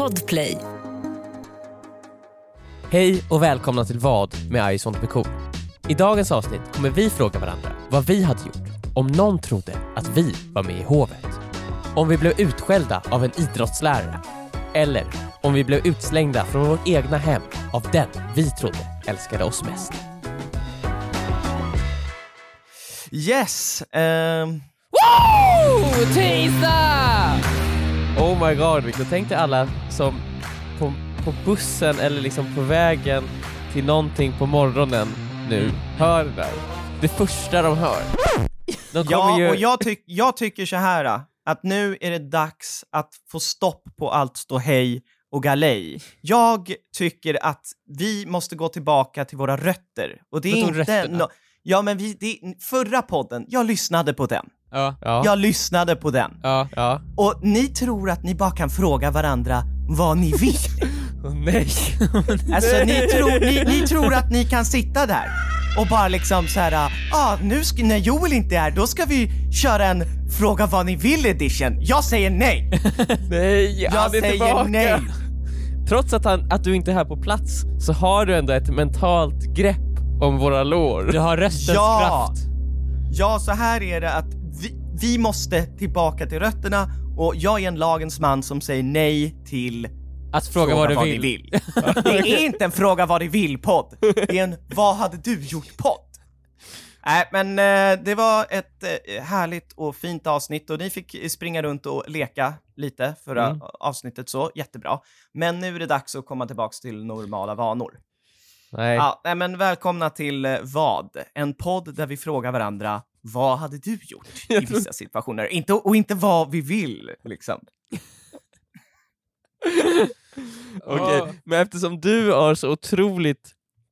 Podplay. Hej och välkomna till Vad med I Want to be cool. I dagens avsnitt kommer vi fråga varandra vad vi hade gjort om någon trodde att vi var med i hovet. Om vi blev utskällda av en idrottslärare. Eller om vi blev utslängda från vårt egna hem av den vi trodde älskade oss mest. Yes! Woo! Tisdag! Oh my god, Victor. Tänk dig alla som på bussen eller liksom på vägen till någonting på morgonen nu hör det där. Det första de hör. Och jag tycker så här att nu är det dags att få stopp på allt ståhej och galej. Jag tycker att vi måste gå tillbaka till våra rötter. Och det är inte... förra podden, jag lyssnade på den. Ja. Jag lyssnade på den. Ja. Och ni tror att ni bara kan fråga varandra vad ni vill. Nej. Alltså ni tror att ni kan sitta där och bara liksom så här, när Joel inte är, då ska vi köra en fråga vad ni vill edition. Jag säger nej. Nej, jag säger nej. Trots att du inte är här på plats så har du ändå ett mentalt grepp om våra lår. Du har röstens kraft. Ja, så här är det att vi måste tillbaka till rötterna. Och jag är en lagens man som säger nej till att fråga vad du vill. Det är inte en fråga vad du vill-podd. Det är en vad hade du gjort-podd. Men det var ett härligt och fint avsnitt. Och ni fick springa runt och leka lite förra avsnittet, så jättebra. Men nu är det dags att komma tillbaka till normala vanor. Nej. Ja, men välkomna till Vad? En podd där vi frågar varandra, vad hade du gjort i vissa situationer? Inte vad vi vill, liksom. Okej, men eftersom du har så otroligt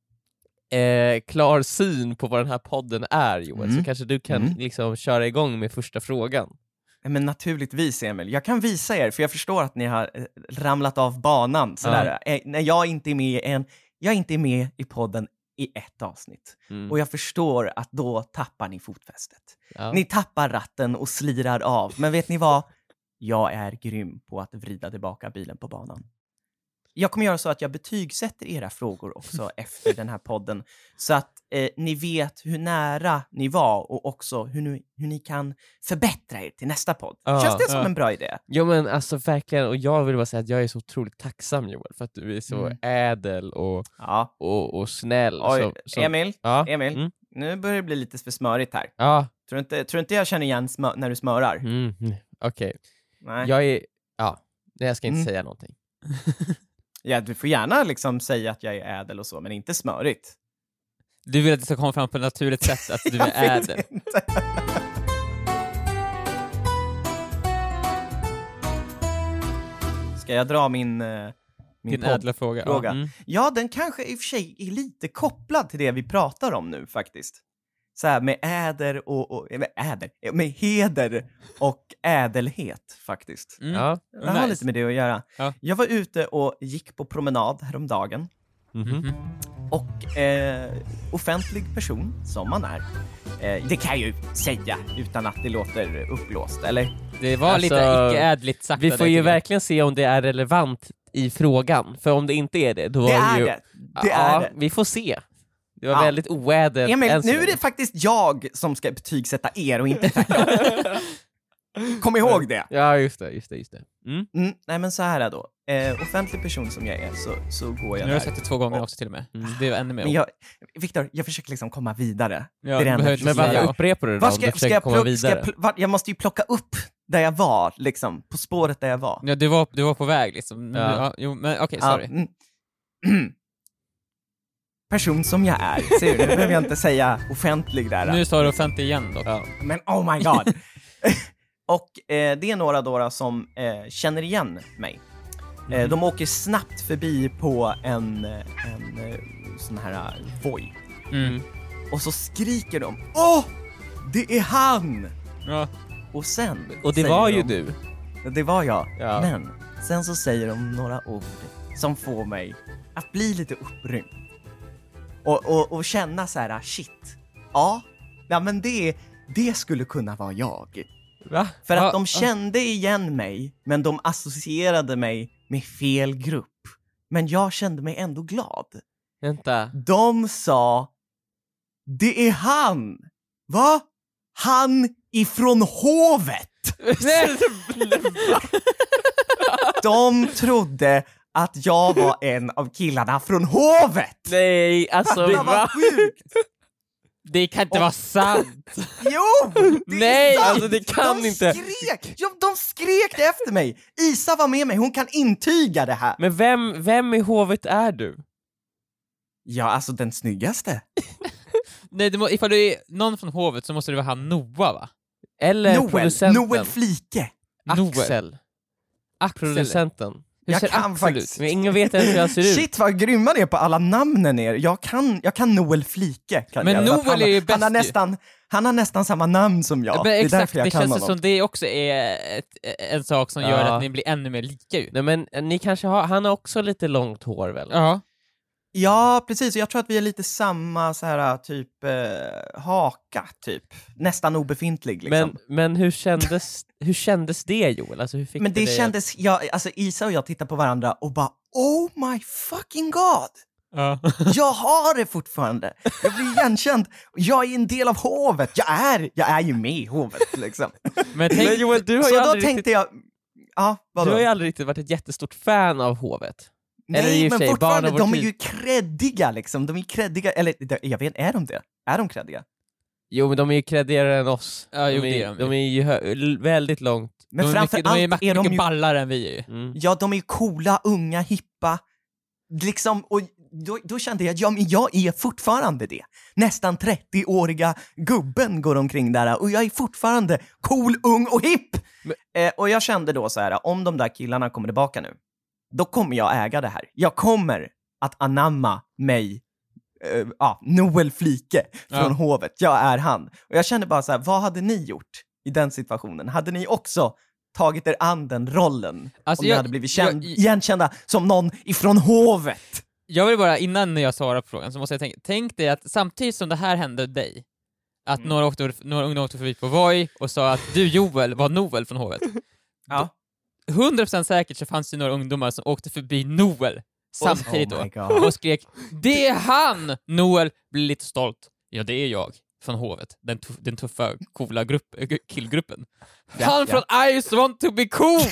klar syn på vad den här podden är, Joel, så kanske du kan liksom köra igång med första frågan. Men naturligtvis, Emil. Jag kan visa er, för jag förstår att ni har ramlat av banan. Sådär. När jag är inte med i podden i ett avsnitt. Och jag förstår att då tappar ni fotfästet. Ja. Ni tappar ratten och slirar av. Men vet ni vad? Jag är grym på att vrida tillbaka bilen på banan. Jag kommer göra så att jag betygsätter era frågor också efter den här podden. Så att ni vet hur nära ni var och också hur ni kan förbättra er till nästa podd. Känns det som en bra idé? Jo, men alltså verkligen. Och jag vill bara säga att jag är så otroligt tacksam, Joel, för att du är så ädel och snäll. Oj, Emil, nu börjar det bli lite för smörigt här. Ja. Tror inte jag känner igen när du smörar? Okej. Nej. Jag ska inte säga någonting. Ja, du får gärna liksom säga att jag är ädel och så, men inte smörigt. Du vill att det ska komma fram på ett naturligt sätt att du är ädel. Ska jag dra min ädla fråga? Ja, den kanske i och för sig är lite kopplad till det vi pratar om nu faktiskt. Så här med med heder och ädelhet faktiskt. Ja, det har lite med det att göra. Ja. Jag var ute och gick på promenad häromdagen. Och offentlig person som man är. Det kan jag ju säga utan att det låter uppblåst, eller? Det var lite icke-ädligt sagt. Vi får ju verkligen se om det är relevant i frågan. För om det inte är det, då det är ju... Det är det. Vi får se. Det var väldigt oädelt. Emil, nu är det faktiskt jag som ska betygsätta er och inte tvärtom. Kom ihåg det. Ja, just det. Nej, men så här då. Offentlig person som jag är så går jag nu har jag sett det 2 gånger också till och med. Det är ännu mer. Men Victor, jag försöker liksom komma vidare. Ja, men varför upprepar du det då? Jag måste ju plocka upp där jag var, liksom, på spåret där jag var. Ja, du var på väg liksom. Okej, sorry. Person som jag är. Ser du, nu behöver jag inte säga offentlig där. Nu står det offentlig igen då. Ja. Men oh my god. Och det är några då som känner igen mig. De åker snabbt förbi på en sån här Voi. Och så skriker de: åh, det är han! Ja. Och sen... Och det var ju du. Det var jag. Ja. Men sen så säger de några ord som får mig att bli lite upprymd. Och känna så här: shit. Ja, men det skulle kunna vara jag. Va? För att de kände igen mig, men de associerade mig med fel grupp. Men jag kände mig ändå glad. Vänta. De sa, det är han. Va? Han ifrån hovet. De trodde att jag var en av killarna från hovet. Nej, alltså Det var sjukt. Det kan inte vara sant. Jo, det Nej, är sant. alltså det kan de inte. De skrek det efter mig. Isa var med mig, hon kan intyga det här. Men vem i hovet är du? Ja, alltså den snyggaste. Nej, ifall du är någon från hovet så måste det vara han Noah, va? Eller producenten? Noel Flike. Axel. Producenten. Hur Jag ser kan Axel faktiskt- ut? Men ingen vet ens hur han ser ut. Shit vad grymma ni är på alla namnen er. Jag kan Noel Flike. Kan Men jag, för att Noel är ju bäst han har nästan samma namn som jag. Men Det är exakt, därför jag det kan känns honom. som det också är en sak som gör Ja. att ni blir ännu mer lika ut. Nej men ni kanske har, han har också lite långt hår väl? Ja. Ja, precis. Jag tror att vi är lite samma så här typ haka, typ. Nästan obefintlig liksom. Men hur kändes det Joel? Alltså, hur fick Men det dig kändes, alltså Isa och jag tittar på varandra och bara oh my fucking god! Ja. Jag har det fortfarande! Jag blir igenkänd, jag är en del av hovet, jag är ju med i hovet liksom. Men tänk, Men Joel, du har Så ju då aldrig tänkte jag, ja vadå? Du har ju aldrig riktigt varit ett jättestort fan av hovet. Eller i Nej och för men sig, fortfarande, barn av vår de är tid. ju kreddiga liksom, de är kreddiga, eller jag vet, är de det? Är de kreddiga? Jo men de är ju kreddigare än oss. Ja, jo, det är de. De är ju väldigt långt. Men de är mycket framförallt är de mycket ju, ballare än vi är ju. Mm. ja de är ju coola, unga, hippa, liksom, och då kände jag att ja, men jag är fortfarande det. Nästan 30-åriga gubben går omkring där och jag är fortfarande cool, ung och hipp. Och jag kände då så här, om de där killarna kommer tillbaka nu, då kommer jag äga det här. Jag kommer att anamma mig, Noel Flike från hovet. Jag är han. Och jag kände bara så här, vad hade ni gjort i den situationen? Hade ni också tagit er an den rollen? Alltså om ni hade blivit igenkända som någon ifrån hovet? Jag vill bara, innan jag svarar på frågan, så måste jag tänk dig att samtidigt som det här hände dig, att några ungdomar åkte förbi på Voi och sa att du Joel var Noel från hovet. Ja. 100% säkert så fanns det några ungdomar som åkte förbi Noel samtidigt Oh my då God. och skrek det är han! Noel blir lite stolt. Ja, det är jag från hovet. Den tuffa, coola killgruppen. Han från I just want to be cool!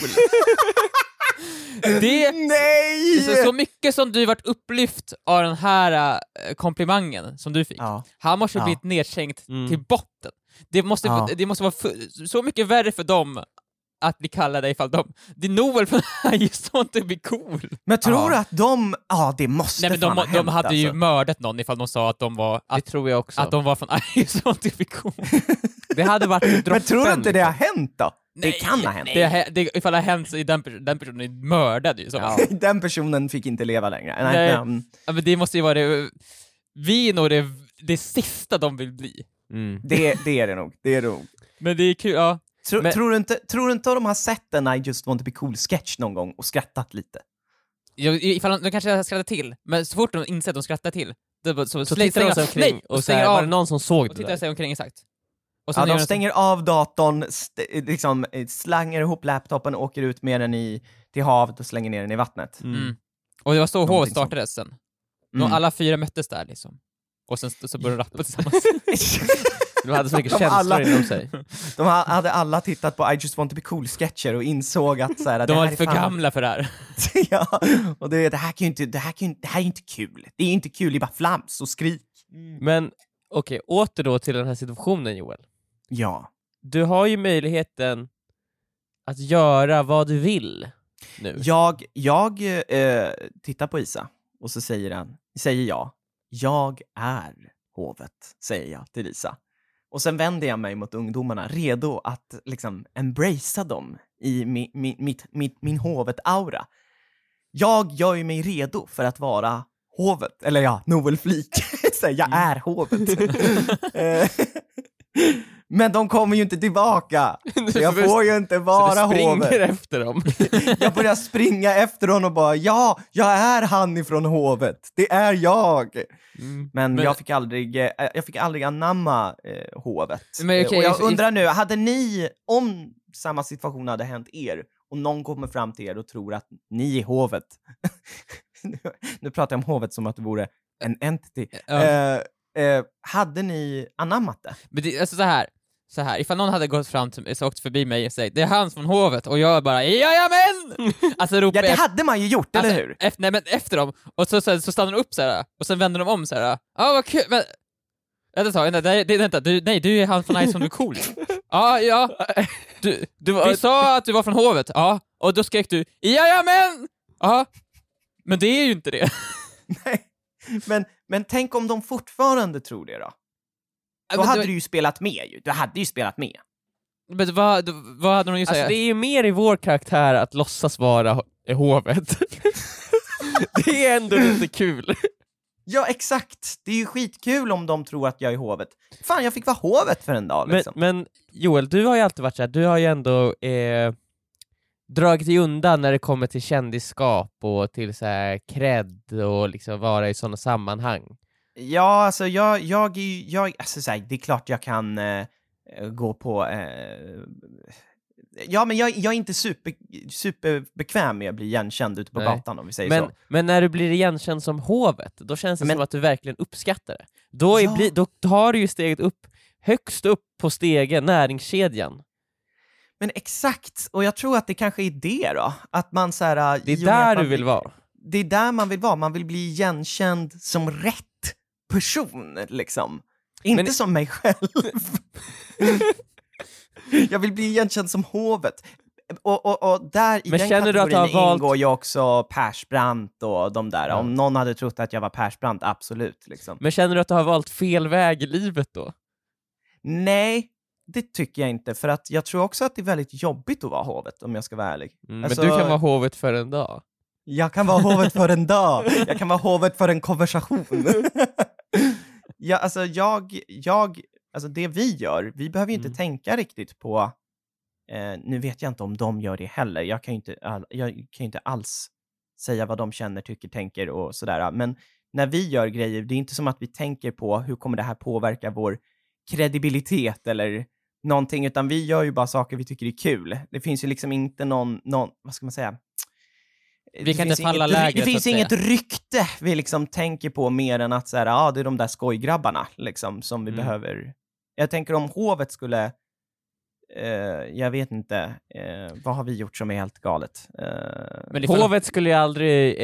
Nej! Så mycket som du varit upplyft av den här komplimangen som du fick. Ja. Han måste Ja. blivit nedsänkt till botten. Det måste vara så mycket värre för dem att bli kallade ifall de... Det är Noel från I just want to be cool. Men tror du att de... Ja, det måste Nej, men fan ha de hänt, hade ju alltså. mördat någon ifall de sa att de var... Det tror jag också. Att de var från I just want to be cool. Det hade varit droppen. Men tror du inte det har hänt då? Nej, det kan ha hänt. Ifall det har hänt så är den personen är mördad ju. Ja. Den personen fick inte leva längre. Nej. Nej. Ja, men det måste ju vara det... Vi är nog det sista de vill bli. Mm. Det är det nog. Det är det nog. Men det är kul, ja. Men- Tror du inte att de har sett en I just want to be cool-sketch någon gång och skrattat lite? Ifall de kanske skrattar till, men så fort de inser att de skrattar till, så Så tittar de sig omkring och stänger säger, var av det någon som såg och det tittar där? sig omkring, exakt. Och Ja, gör de de stänger av datorn, liksom slänger ihop laptopen och åker ut med den till havet och slänger ner den i vattnet. Mm. Och det var så Någonting hovet startades sen. Alla 4 möttes där liksom. Och sen så började de rappa tillsammans. De hade så mycket De känslor alla- inom sig. De hade alla tittat på I just want to be cool-sketcher och insåg att så här, De det var här lite är för fan... gamla för det här. Ja, och det här är inte kul. Det är inte kul, det är bara flams och skrik. Men okej, åter då till den här situationen Joel. Ja. Du har ju möjligheten att göra vad du vill nu. Jag tittar på Isa och så säger jag är hovet, säger jag till Isa. Och sen vänder jag mig mot ungdomarna, redo att liksom embracea dem i min hovet-aura. Jag gör ju mig redo för att vara hovet, eller ja, Noel Flik. Så jag är hovet. Men de kommer ju inte tillbaka. Så jag får ju inte vara hovet. Så du springer efter dem. Jag börjar springa efter honom och bara, ja, jag är han ifrån hovet. Det är jag. Men jag fick aldrig anamma hovet. Men, okay, och jag undrar nu, hade ni, om samma situation hade hänt er och någon kommer fram till er och tror att ni är hovet. Nu pratar jag om hovet som att det vore en entity. Hade ni anammat det? Men det, alltså så här, ifall någon hade gått fram till mig så åkt förbi mig och sagt det är han från hovet och jag bara jajamän! Alltså ropar ja, det hade man ju gjort, alltså, eller hur? Nej, men efter dem och så stannar de upp så här och sen vänder de om så här. Vad kul. Men vänta, du är han från Ice on the Cool. Ja. Vi sa att du var från hovet. Ja, och då skrek du jajamän! Ja. Men det är ju inte det. Nej. Men tänk om de fortfarande tror det då? Då hade du ju spelat med ju. Du hade ju spelat med. Men vad hade de ju säga? Alltså det är ju mer i vår karaktär att låtsas vara hovet. Det är ändå lite kul. Ja, exakt. Det är ju skitkul om de tror att jag är hovet. Fan, jag fick vara hovet för en dag liksom. Men Joel, du har ju alltid varit så här. Du har ju ändå dragit dig undan när det kommer till kändisskap och till så här cred och liksom vara i sådana sammanhang. Ja, alltså jag alltså så här, det är klart jag kan gå på ja, men jag är inte superbekväm med att bli igenkänd ute på gatan, om vi säger så. Men när du blir igenkänd som hovet, då känns det som att du verkligen uppskattar det. Då tar du ju steget upp, högst upp på stegen, näringskedjan. Men exakt, och jag tror att det kanske är det då. Att man så här, det är där du vill vara. Det är där man vill vara. Man vill bli igenkänd som rätt person, liksom. Inte som mig själv. Jag vill bli igenkänd som hovet. Och där i den kategorin ingår ju också Persbrandt och de där. Om någon hade trott att jag var Persbrandt, absolut. Liksom. Men känner du att du har valt fel väg i livet då? Nej, det tycker jag inte. För att jag tror också att det är väldigt jobbigt att vara hovet, om jag ska vara ärlig. Alltså, men du kan vara hovet för en dag. Jag kan vara hovet för en dag. Jag kan vara hovet för en konversation. Ja, alltså alltså det vi gör, vi behöver ju inte tänka riktigt på, nu vet jag inte om de gör det heller. Jag kan ju inte alls säga vad de känner, tycker, tänker och sådär. Men när vi gör grejer, det är inte som att vi tänker på hur kommer det här påverka vår kredibilitet eller någonting, utan vi gör ju bara saker vi tycker är kul. Det finns ju liksom inte någon vad ska man säga? Vi kan inte falla lägret. Det finns inget rykte vi liksom tänker på mer än att så här, det är de där skojgrabbarna liksom, som vi behöver. Jag tänker om hovet skulle jag vet inte, vad har vi gjort som är helt galet? Men hovet skulle ju aldrig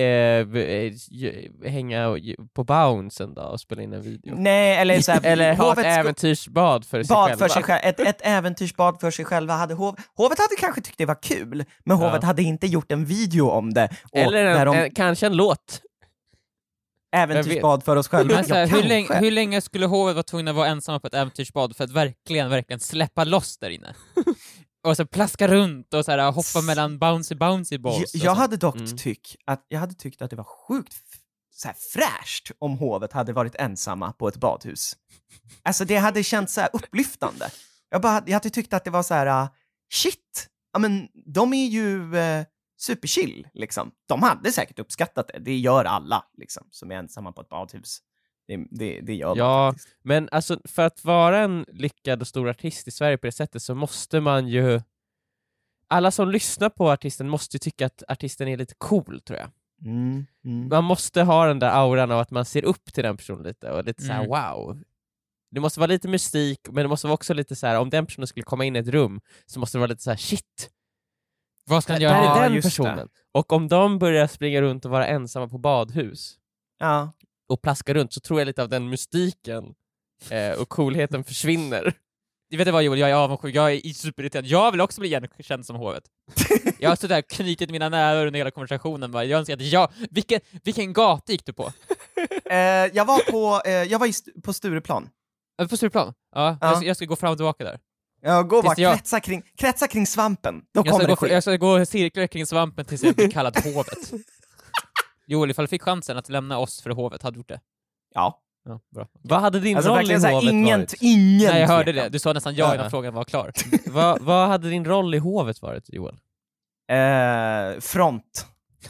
hänga på Bounce en dag och spela in en video. Nej, eller så här, eller ha ett äventyrsbad för sig själva. För sig själv. Ett äventyrsbad för sig själva. Hovet hade kanske tyckt det var kul, men hovet hade inte gjort en video om det. Eller kanske en låt. Äventyrsbad för oss själva. Men så här, hur länge skulle hovet vara tvungna att vara ensamma på ett äventyrsbad för att verkligen släppa loss där inne? Och så plaska runt och så här, hoppa mellan bouncy balls. Jag hade dock tyckt att det var sjukt så här fräscht om hovet hade varit ensamma på ett badhus. Alltså det hade känts så här upplyftande. Jag hade tyckt att det var så här shit. Ja, men de är ju superchill liksom. De hade säkert uppskattat det. Det gör alla liksom som är ensamma på ett badhus. Det gör man faktiskt. Men alltså för att vara en lyckad och stor artist i Sverige på det sättet så måste man ju, alla som lyssnar på artisten måste ju tycka att artisten är lite cool, tror jag. Man måste ha den där auran av att man ser upp till den personen lite och lite så här wow. Det måste vara lite mystik, men det måste vara också lite så här, om den personen skulle komma in i ett rum så måste det vara lite så här shit. Vad ska han göra? Där är den personen. Det. Och om de börjar springa runt och vara ensamma på badhus och plaska runt, så tror jag lite av den mystiken och coolheten försvinner. Du vet vad, Joel, jag är avundsjuk, jag är superirriterad. Jag vill också bli igenkänd som hovet. Jag har sådär knutit mina nävar under hela konversationen. Jag önskar att vilken gata gick du på? Jag var på Stureplan. På Stureplan? Ja. Jag ska gå fram och tillbaka där. Jag går bara kretsa kring svampen. Jag ska gå cirklar kring svampen tills jag blir kallad hovet. Joel, ifall du fick chansen att lämna oss för hovet, hade du gjort det? Ja. Ja, bra. Vad hade din Alltså roll i verkligen såhär, hovet ingen varit? Nej, jag hörde tvekan. det. Du sa nästan ja innan frågan var klar. Vad hade din roll i hovet varit, Joel? Front.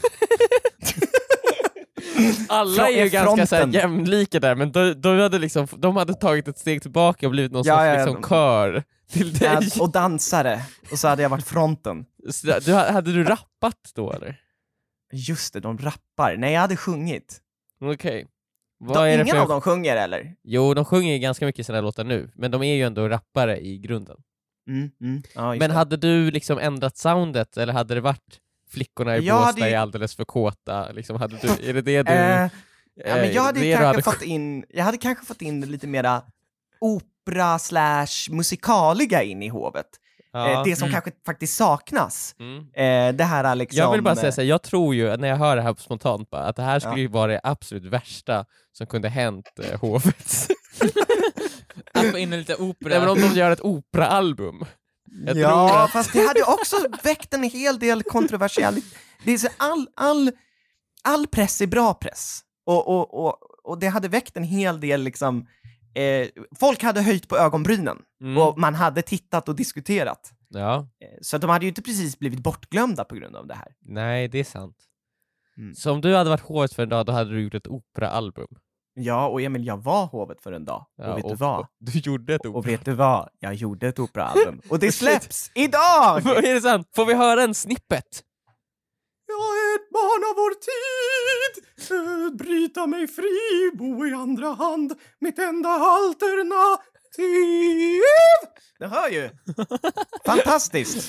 Alla är ju ganska fronten. så här jämlika där, men de hade tagit ett steg tillbaka och blivit någon sorts liksom kör till dig. Och dansare. Och så hade jag varit fronten. Hade du rappat då eller? Just det, de rappar. Nej, jag hade sjungit. Okej. Ingen av dem sjunger, eller? Jo, de sjunger ju ganska mycket sina låtar nu, men de är ju ändå rappare i grunden. Ja, Men hade du liksom ändrat soundet, eller hade det varit flickorna i Båstad är alldeles för kåta? Liksom, är det det du... Ja, men jag hade kanske fått in lite mera opera / musikaliga in i hovet. Ja. Det som kanske faktiskt saknas. Det här liksom... Jag vill bara säga så här, jag tror ju, när jag hör det här spontant bara, att det här skulle ju vara det absolut värsta som kunde hänt hovet. Att få in en lite opera. Även om de gör ett operaalbum. Fast det hade också väckt en hel del kontroversiellt. Det är så all press är bra press. Och det hade väckt en hel del liksom... folk hade höjt på ögonbrynen. Och man hade tittat och diskuterat. Ja. Så de hade ju inte precis blivit bortglömda på grund av det här. Nej, det är sant. Så om du hade varit hovet för en dag, då hade du gjort ett operaalbum. Ja, och Emil, jag var hovet för en dag. Och vet du vad? Du gjorde ett opera. Och vet du vad? Jag gjorde ett operaalbum. Och det släpps idag! Är det sant? Får vi höra en snippet? Jag är ett barn av vår tid, bryta mig fri, bo i andra hand, mitt enda alternativ. Det hör ju. Fantastiskt.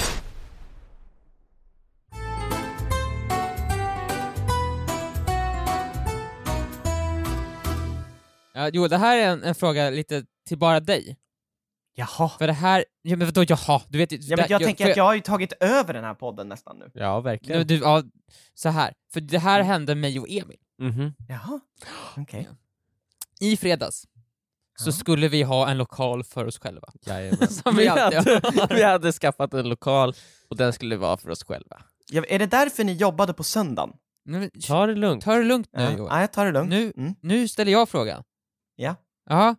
Jo, det här är en fråga lite till bara dig. Jaha. För det här... Ja, men vadå, jaha? Du vet, jag tänker att jag har ju tagit över den här podden nästan nu. Ja, verkligen. Så här. För det här hände mig och Emil. Jaha, okej. I fredags så skulle vi ha en lokal för oss själva. Som vi hade skaffat en lokal och den skulle vara för oss själva. Ja, är det därför ni jobbade på söndagen? Ta det lugnt. Ta det lugnt nu, Joel. Ja, jag tar det lugnt. Nu ställer jag frågan. Ja. Ja.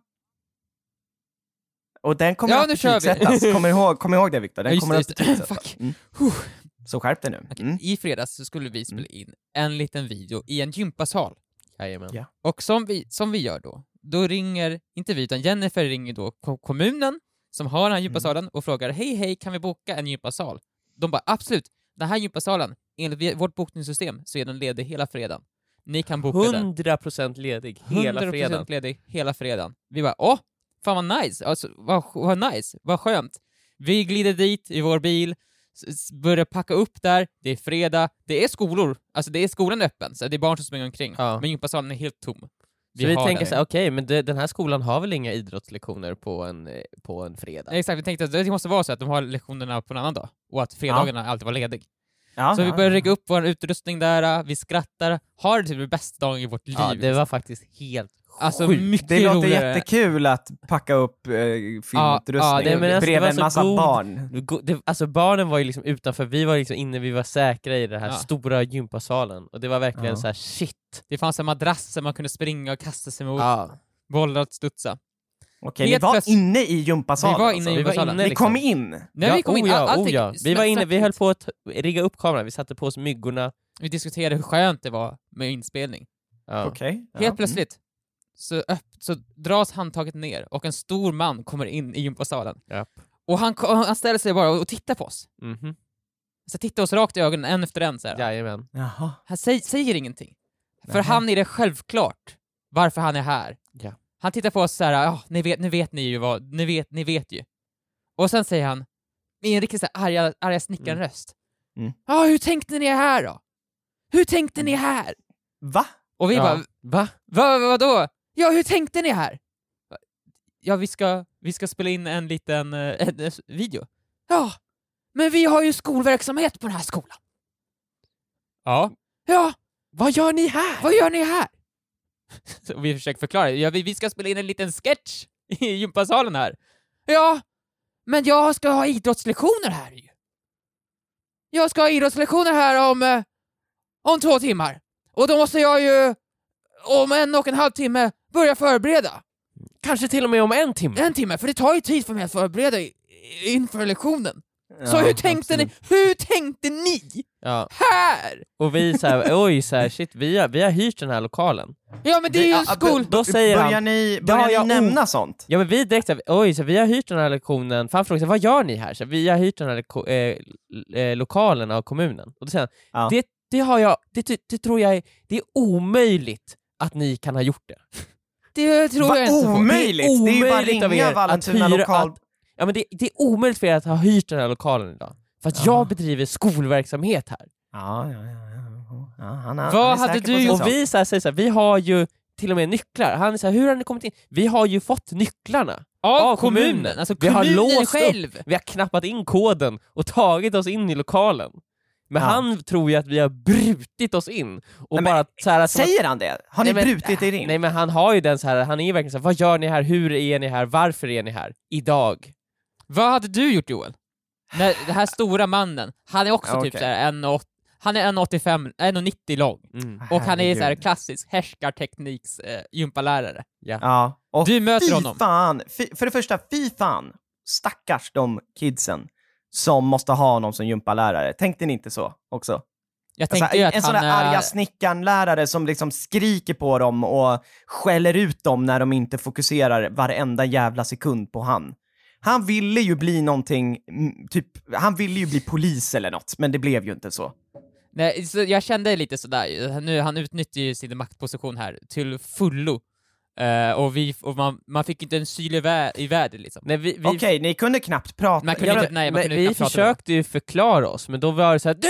Och den kommer att betygsättas. Kom ihåg det, Victor. Den kommer att betygsättas. Så skärp dig nu. I fredags så skulle vi spela in en liten video i en gympasal. Jajamän. Ja. Och som vi gör då ringer, inte vi utan Jennifer ringer då kommunen som har den här gympasalen och frågar hej, kan vi boka en gympasal? De bara absolut, den här gympasalen, enligt vårt bokningssystem så är den ledig hela fredagen. Ni kan boka 100% ledig hela fredagen. 100% ledig hela fredagen. Vi bara, fan vad nice, alltså, vad nice, vad skönt. Vi glider dit i vår bil, börjar packa upp där, det är fredag, det är skolor, alltså det är skolan öppen, så det är barn som springer omkring, men gympasalen är helt tom. Så vi tänker så här, okej, men den här skolan har väl inga idrottslektioner på en fredag? Exakt, vi tänkte att det måste vara så att de har lektionerna på en annan dag, och att fredagarna alltid var ledig. Så vi börjar rigga upp vår utrustning där, vi skrattar, har det typ det bästa dagen i vårt liv. Ja, det var faktiskt helt alltså, sjukt. Det låter roligare. Jättekul att packa upp filmutrustning bredvid en massa barn. Alltså barnen var ju liksom utanför, vi var liksom inne, vi var säkra i den här stora gympasalen. Och det var verkligen så här shit. Det fanns en madrass som man kunde springa och kasta sig mot, bollar att studsa. Okej, ni var inne i gympasalen. Vi var inne i gympasalen. Ni kom in. Nej, vi kom in. Vi var inne, vi höll på att rigga upp kameran, vi satte på oss myggorna. Vi diskuterade hur skönt det var med inspelning. Helt plötsligt så dras handtaget ner och en stor man kommer in i gympasalen. Och han ställer sig bara och tittar på oss. Så tittar oss rakt i ögonen, en efter en så här. Jajamän. Han säger ingenting. För han är det självklart varför han är här. Ja. Han tittar på oss så här, ni vet ju. Och sen säger han med en riktigt så här arga snickarröst. Hur tänkte ni här då? Hur tänkte ni här? Va? Och vi bara, vadå? Ja, hur tänkte ni här? Ja, vi ska spela in en liten video. Ja, men vi har ju skolverksamhet på den här skolan. Ja. Vad gör ni här? Så vi försöker förklara. Vi ska spela in en liten sketch i gympasalen här. Ja, men jag ska ha idrottslektioner här ju. Jag ska ha idrottslektioner här om 2 timmar. Och då måste jag ju om 1,5 timme börja förbereda. Kanske till och med om 1 timme. 1 timme, för det tar ju tid för mig att förbereda inför lektionen. Ja, Så hur tänkte ni? Ja. Här! Och vi såhär, shit, vi har hyrt den här lokalen. Ja, men det är ju en skol... Då säger börjar han, ni nämna sånt? Ja, men vi direkt så vi har hyrt den här lektionen. Fan frågar, vad gör ni här? Så vi har hyrt den här lokalen av kommunen. Och då säger han, det tror jag det är omöjligt att ni kan ha gjort det. Det tror jag inte på. Omöjligt? Det är ju bara ringa Vallentuna lokal. Ja, men det är omöjligt för er att ha hyrt den här lokalen idag. För att jag bedriver skolverksamhet här. Vad hade du gjort? Och vi säger så här, vi har ju till och med nycklar. Han säger, hur har ni kommit in? Vi har ju fått nycklarna av kommunen. Alltså vi har låst själv. Upp. Vi har knappat in koden och tagit oss in i lokalen. Men han tror ju att vi har brutit oss in. Och nej, bara, så här, säger han det? Har ni brutit er in? Nej, men han har ju den så här, han är ju verkligen så här, vad gör ni här? Hur är ni här? Varför är ni här? Idag. Vad hade du gjort, Joel? När den här stora mannen, han är också typ så här 1,85, 1,90 lång. Och han är så här klassisk härskartekniks gympalärare. Ja. Och du möter honom. Fan. För det första, fy fan. Stackars de kidsen som måste ha honom som gympalärare. Tänkte ni inte så också? Jag tänkte ju att en sån där arga snickarlärare som liksom skriker på dem och skäller ut dem när de inte fokuserar varenda jävla sekund på han. Han ville ju bli någonting, typ, han ville ju bli polis eller något, men det blev ju inte så. Nej, så jag kände lite sådär, nu han utnyttjar ju sin maktposition här till fullo. Och man fick inte en syl i väder liksom. Okej, ni kunde knappt prata. Vi försökte ju förklara oss, men då var det såhär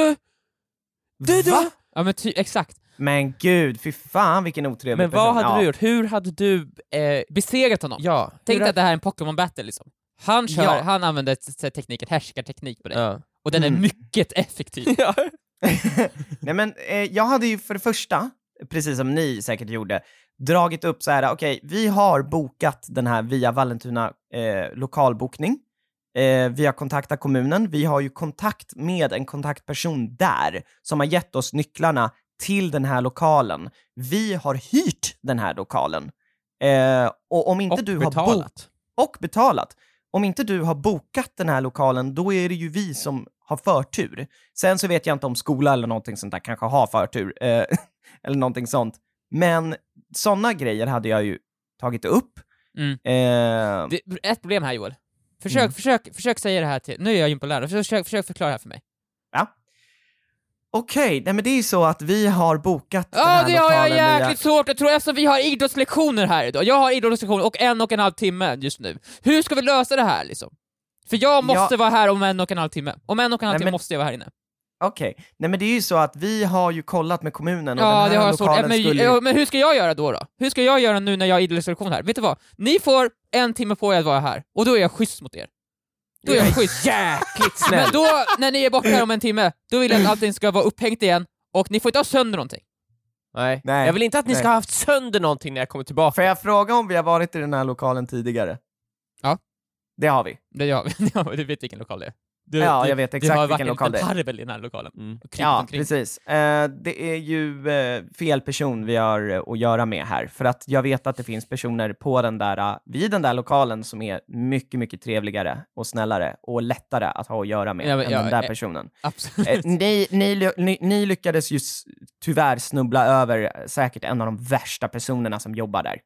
du. Va? Ja, men exakt. Men gud, fy fan vilken otrevlig person. Men vad hade du gjort? Hur hade du besegrat honom? Ja. Tänk att det här är en Pokémon battle liksom. Han använder tekniken, härskarteknik på det. Ja. Och den är mycket effektiv. Ja. Nej, men jag hade ju för det första, precis som ni säkert gjorde, dragit upp så här: okej, vi har bokat den här via Vallentuna lokalbokning. Vi har kontaktat kommunen. Vi har ju kontakt med en kontaktperson där som har gett oss nycklarna till den här lokalen. Vi har hyrt den här lokalen. Och om inte du har betalat. Om inte du har bokat den här lokalen, då är det ju vi som har förtur. Sen så vet jag inte om skola eller någonting sånt där kanske har förtur. Eller någonting sånt. Men sådana grejer hade jag ju tagit upp. Ett problem här, Joel. Försök säga det här till... Nu är jag gympalärare. Försök förklara det här för mig. Ja. Okej, men det är ju så att vi har bokat den här lokalen. Ja, det har jag jäkligt svårt. Jag tror eftersom vi har idrottslektioner här idag. Jag har idrottslektioner och 1,5 timme just nu. Hur ska vi lösa det här liksom? För jag måste vara här om 1,5 timme. Om 1,5 timme måste jag vara här inne. Okej, nej men det är ju så att vi har ju kollat med kommunen och ja, den här det har jag lokalen men hur ska jag göra då? Hur ska jag göra nu när jag har idrottslektion här? Vet du vad? Ni får 1 timme på er att vara här. Och då är jag schysst mot er. Då är jag schysst. Jäkligt snäll. Men då, när ni är borta här om 1 timme, då vill jag att allting ska vara upphängt igen. Och ni får inte ha sönder någonting. Nej. Jag vill inte att ni ska ha haft sönder någonting när jag kommer tillbaka. Får jag fråga om vi har varit i den här lokalen tidigare? Ja. Det har vi. Du vet vilken lokal det är. Jag vet exakt vilken lokal det är. Du har varit en parvel i den här lokalen. Ja, precis. Det är ju fel person vi har att göra med här. För att jag vet att det finns personer på vid den där lokalen som är mycket, mycket trevligare och snällare och lättare att ha att göra med än den där personen. Absolut. Ni lyckades ju tyvärr snubbla över säkert en av de värsta personerna som jobbar där.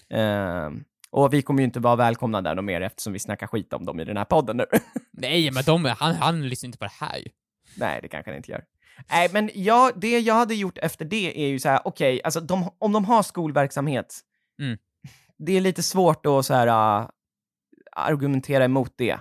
Och vi kommer ju inte vara välkomna där mer eftersom vi snackar skit om dem i den här podden nu. Nej, men han lyssnar inte på det här ju. Nej, det kanske han inte gör. Nej, men det jag hade gjort efter det är ju så här: okej, alltså om de har skolverksamhet, det är lite svårt att så här argumentera emot det.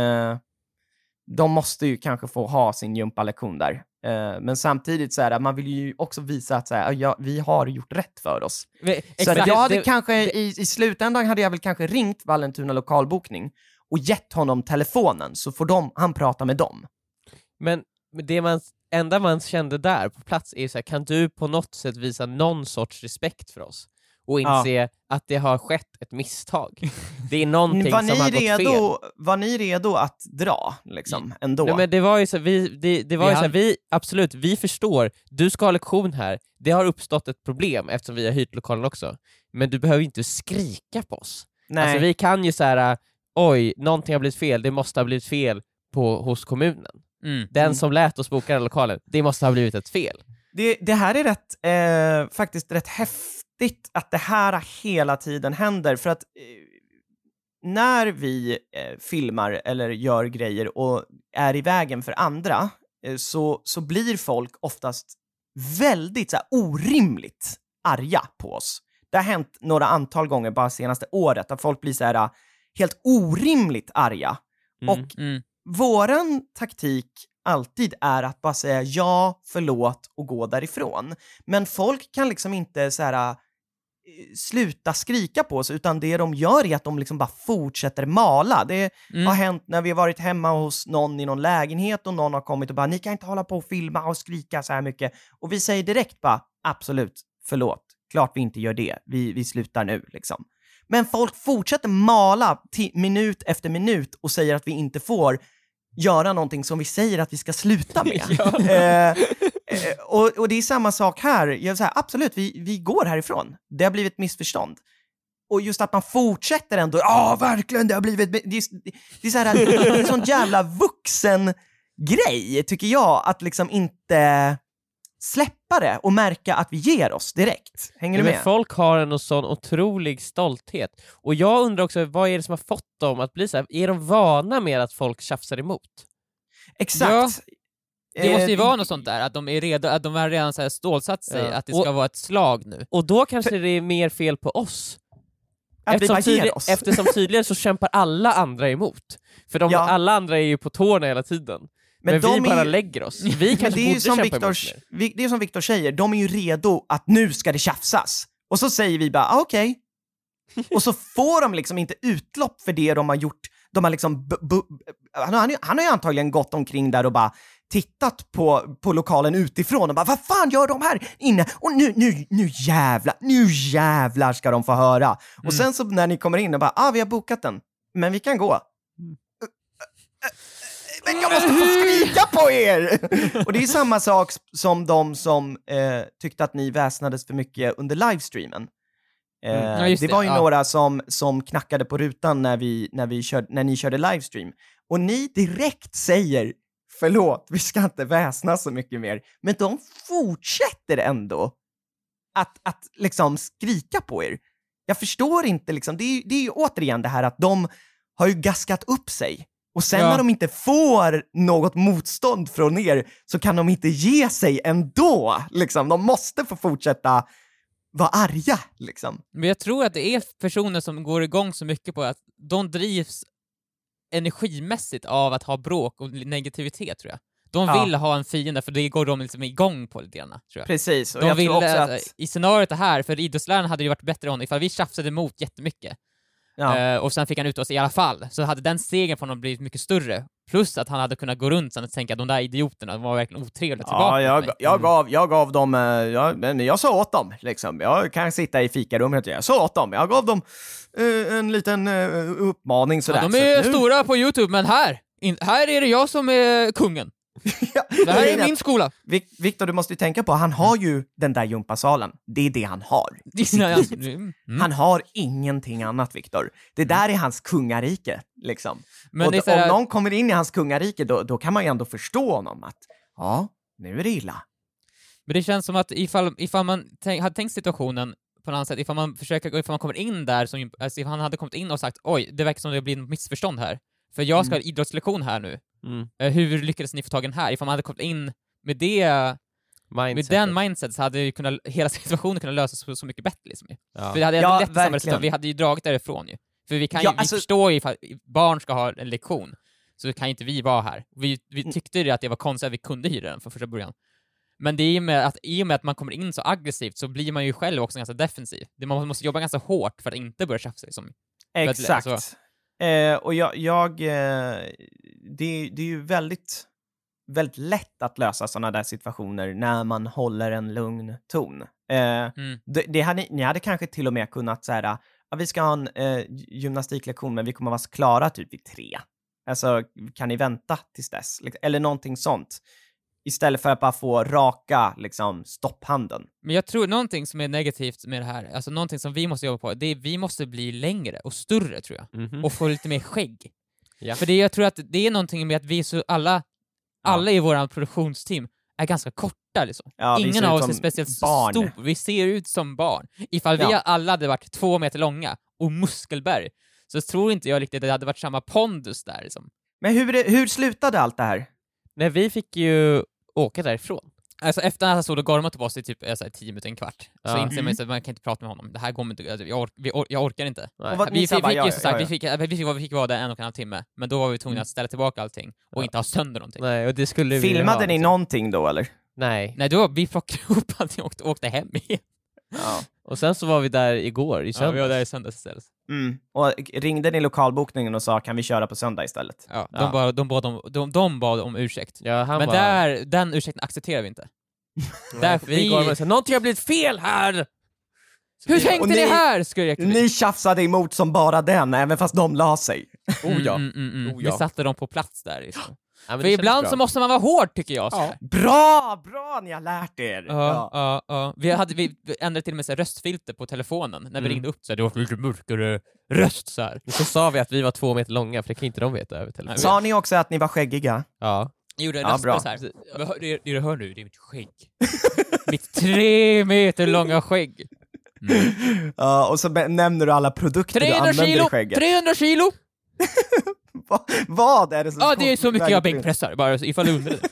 De måste ju kanske få ha sin gympalektion där. Men samtidigt så här, man vill ju också visa att så här, vi har gjort rätt för oss. Så jag hade i slutändan hade jag väl kanske ringt Vallentuna lokalbokning och gett honom telefonen så får han prata med dem. Men det enda man kände där på plats är så här: kan du på något sätt visa någon sorts respekt för oss? Och inse att det har skett ett misstag. Det är någonting som har gått fel. Var ni redo att dra liksom ändå? Nej, men det var ju så vi förstår. Du ska ha lektion här. Det har uppstått ett problem eftersom vi har hyrt lokalen också. men du behöver inte skrika på oss. Nej. Alltså vi kan ju så här: oj, någonting har blivit fel, det måste ha blivit fel hos kommunen. Den som lät oss boka den lokalen, det måste ha blivit ett fel. Det här är faktiskt rätt häftigt att det här hela tiden händer, för att när vi filmar eller gör grejer och är i vägen för andra, så blir folk oftast väldigt så här, orimligt arga på oss. Det har hänt några antal gånger bara senaste året att folk blir så här helt orimligt arga. Och våran taktik alltid är att bara säga ja, förlåt och gå därifrån. Men folk kan liksom inte så här sluta skrika på oss, utan det de gör är att de liksom bara fortsätter mala. Det har hänt när vi har varit hemma hos någon i någon lägenhet och någon har kommit och bara, ni kan inte hålla på och filma och skrika så här mycket. Och vi säger direkt bara, absolut, förlåt. Klart vi inte gör det. Vi slutar nu liksom. Men folk fortsätter mala minut efter minut och säger att vi inte får göra någonting som vi säger att vi ska sluta med. Och det är samma sak här. Jag säger absolut, vi går härifrån. Det har blivit missförstånd. Och just att man fortsätter ändå, verkligen, det har blivit... Det är så här, det är en sån jävla vuxen grej, tycker jag, att liksom inte släppa det och märka att vi ger oss direkt. Hänger du med? Men folk har en sån otrolig stolthet. Och jag undrar också, vad är det som har fått dem att bli så här? Är de vana med att folk tjafsar emot? Exakt. Ja. Det måste ju vara något sånt där, att de är redo, att de har redan så här stålsatt sig att det ska vara ett slag nu. Och då kanske det är mer fel på oss. Eftersom tydligen så kämpar alla andra emot. För alla andra är ju på tårna hela tiden. Men vi bara lägger oss. Vi kanske borde kämpa emot mer. Det är som Victor säger, de är ju redo att nu ska det tjafsas. Och så säger vi bara, okej. Och så får de liksom inte utlopp för det de har gjort. De har liksom han har ju antagligen gått omkring där och bara tittat på lokalen utifrån och bara, vad fan gör de här inne? Och nu jävlar ska de få höra. Och sen så när ni kommer in och bara, vi har bokat den, men vi kan gå. Men jag måste få skrika på er! Och det är samma sak som de som tyckte att ni väsnades för mycket under livestreamen. Det var ju några som knackade på rutan när ni körde livestream. Och ni direkt säger, förlåt, vi ska inte väsna så mycket mer. Men de fortsätter ändå att liksom skrika på er. Jag förstår inte liksom, det är ju återigen det här att de har ju gaskat upp sig. Och sen när de inte får något motstånd från er så kan de inte ge sig ändå. Liksom. De måste få fortsätta vara arga. Liksom. Men jag tror att det är personer som går igång så mycket på att de drivs energimässigt av att ha bråk och negativitet, tror jag. De vill ha en fiende, för det går de liksom igång på lite grann, tror jag. Precis. Och de jag vill, tror också att... I scenariot det här, för idrottsläraren hade det varit bättre om ifall vi tjafsade emot jättemycket. Och sen fick han ut oss i alla fall. Så hade den segern från honom blivit mycket större. Plus att han hade kunnat gå runt sen och tänka att de där idioterna var verkligen otrevliga tillbaka. Jag gav dem, jag sa åt dem liksom. Jag kan sitta i fikarummet, jag sa åt dem. Jag gav dem en liten uppmaning sådär. De är stora på YouTube, men här är det jag som är kungen. Det här är min skola. Victor, du måste ju tänka på, han har ju den där gympasalen. Det är det han har. Han har ingenting annat, Victor. Det där är hans kungarike liksom. Men och om någon kommer in i hans kungarike, då kan man ju ändå förstå honom att nu är det illa. Men det känns som att ifall man hade tänkt situationen på något annat sätt, ifall man kommer in där ifall han hade kommit in och sagt, oj, det verkar som det blir något missförstånd här. För jag ska ha idrottslektion här nu. Hur lyckades ni få tag i den här? Ifall man hade kommit in med den mindset, så hade hela situationen kunnat lösas så mycket bättre liksom. För det hade lätt vi hade ju dragit därifrån ju. För vi förstår ju ifall barn ska ha en lektion, så kan inte vi vara här. Vi tyckte att det var konstigt att vi kunde hyra den från första början. Men det är i och med att man kommer in så aggressivt, så blir man ju själv också ganska defensiv. Man måste jobba ganska hårt för att inte börja tjafsa liksom. Exakt. Och det är ju väldigt, väldigt lätt att lösa sådana där situationer när man håller en lugn ton. Ni hade kanske till och med kunnat säga, vi ska ha en gymnastiklektion, men vi kommer vara klara typ vid 3. Alltså, kan ni vänta tills dess? Eller någonting sånt. Istället för att bara få raka liksom, stopphanden. Men jag tror någonting som är negativt med det här, alltså någonting som vi måste jobba på, det är vi måste bli längre och större, tror jag. Mhm. Och få lite mer skägg. Ja. För jag tror att det är någonting med att vi är så alla i våran produktionsteam är ganska korta liksom. Ja, vi Ingen ser av ut oss är som speciellt barn. stor. Vi ser ut som barn. Ifall vi alla hade varit 2 meter långa och muskelberg, så tror inte jag riktigt att det hade varit samma pondus där liksom. Men hur slutade allt det här? Nej, vi fick ju åka därifrån. Alltså efter att han stod och gormat på oss i typ 10 minuter, en kvart, så Ja. inser man att man kan inte prata med honom. Det här går inte, alltså, jag orkar inte. Nej. Och vad, Vi ni sa bara, fick ju som sagt, ja. vi fick vara där 1,5 timme, men då var vi tvungna att ställa tillbaka allting och inte ha sönder någonting. Nej, och det skulle vi Filmade ha, ni liksom. någonting då, eller? Nej. Nej, då vi plockade ihop allting och åkte hem igen. Ja. Och sen så var vi där igår, i Ja, söndags. vi var där i söndags istället. Mm. Och ringde ni lokalbokningen och sa, kan vi köra på söndag istället? Ja, Ja. de bad om ursäkt. Ja, han Men bara... den ursäkten accepterar vi inte. Nej, vi går och säger, någonting har blivit fel här! Hur tänkte Och ni ni- här? Skrek vi. Ni tjafsade emot som bara den, även fast de la sig. Oh ja. Vi satte dem på plats där liksom. Ja, men För det kändes ibland bra. så måste man vara hård, tycker jag. Så här. Bra, ni har lärt er! Ja. Vi ändrade till och med så här röstfilter på telefonen när vi ringde upp, så här, det var lite mörkare röst så här. Så sa vi att vi var 2 meter långa, för det kan inte de veta över telefon. Sa ni också att ni var skäggiga? Ja. Jag gjorde en Ja, röst bra. så här. Det du hör nu, det är mitt skägg. Mitt 3 meter långa skägg. Ja, och så nämner du alla produkter du 300 använder kilo! i skägget. 300 kilo! Vad är det som... Ja, det är så mycket jag bänkpressar, bara ifall du undrar det.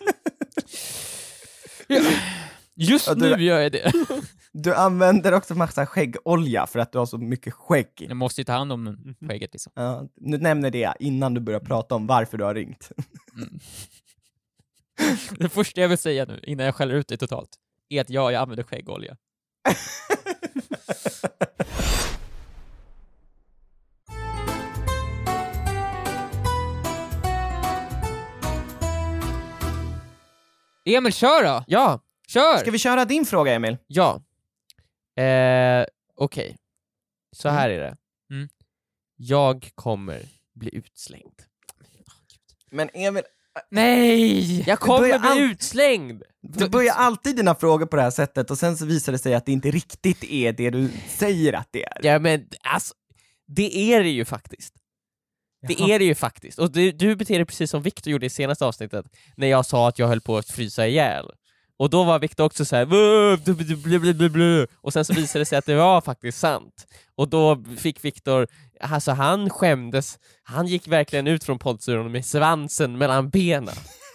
Ja. Just Ja, du- nu gör jag det. Du använder också massa skäggolja för att du har så mycket skägg. Jag måste ju ta hand om skägget liksom. Ja, nu nämner det innan du börjar prata om varför du har ringt. Det första jag vill säga nu, innan jag skäller ut det totalt, är att jag använder skäggolja. Emil, kör då! Ja, Kör! Ska vi köra din fråga, Emil? ja. Okej. Så här är det. Mm. Jag kommer bli utslängd. Men Emil, Nej! Jag kommer börjar bli utslängd! du börjar alltid dina frågor på det här sättet och sen så visar det sig att det inte riktigt är det du säger att det är. Ja, men alltså, det är det ju faktiskt. Det Jaha. är det ju faktiskt. Och du beter dig precis som Victor gjorde i senaste avsnittet, när jag sa att jag höll på att frysa ihjäl. Och då var Victor också så här. Och sen så visade det sig att det var faktiskt sant. Och då fick Victor, alltså han skämdes. Han gick verkligen ut från poddstudion med svansen mellan benen.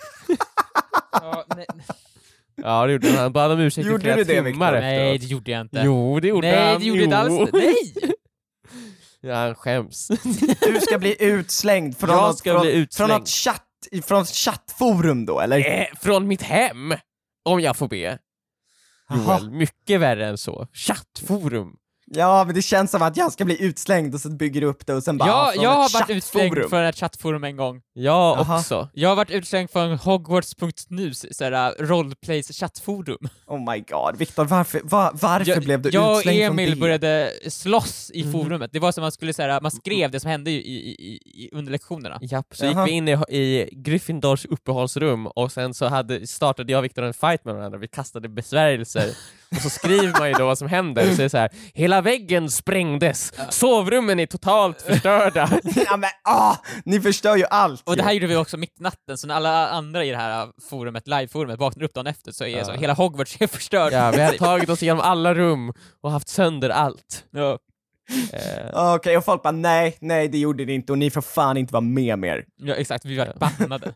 Ja, nej. Ja, det gjorde han. Han bad om ursäkt i Gjorde flera du det, timmar Victor? efteråt. Nej, det gjorde jag inte. Jo, det gjorde han. Nej, det gjorde jag inte alls. Nej! Ja, han skäms. Du ska bli utslängd från Jag något, ska bli utslängd. från något från chattforum då, eller? Från mitt hem, om jag får be. Jaha. Joel, mycket värre än så. Chattforum. Ja, men det känns som att jag ska bli utslängd och så bygger du upp det och sen bara från Jag har ett varit utslängd chattforum. från ett chattforum en gång. Jag Jaha. också. Jag har varit utslängd från Hogwarts.nu, såhär roleplays chattforum. Oh my god, Victor, varför blev du Jag och utslängd från Emil det? började slåss i forumet. Det var som man skulle säga, man skrev det som hände under lektionerna. Japp, så Jaha. gick vi in i Gryffindors uppehållsrum och sen så startade jag och Victor en fight med varandra. Vi kastade besvärjelser och så skriver man ju då vad som händer. Så det är så här: hela väggen sprängdes, sovrummen är totalt förstörda. Ja, men ni förstör ju allt. Och det ju. här gjorde vi också mitt i natten, så när alla andra i det här forumet, live-forumet, vaknar upp dagen efter så är så hela Hogwarts är förstört. Ja, vi har tagit oss igenom alla rum och haft sönder allt. Ja. Okej, och folk bara nej, det gjorde ni inte och ni får fan inte vara med mer. Ja, exakt, vi var bannade.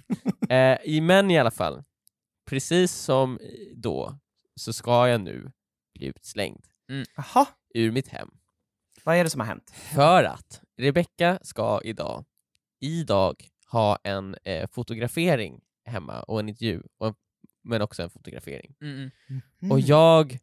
Men i alla fall, precis som då, så ska jag nu bli utslängd Jaha, ur mitt hem. vad är det som har hänt? För att Rebecca ska idag ha en fotografering hemma och en intervju, men också en fotografering. Mm. Och jag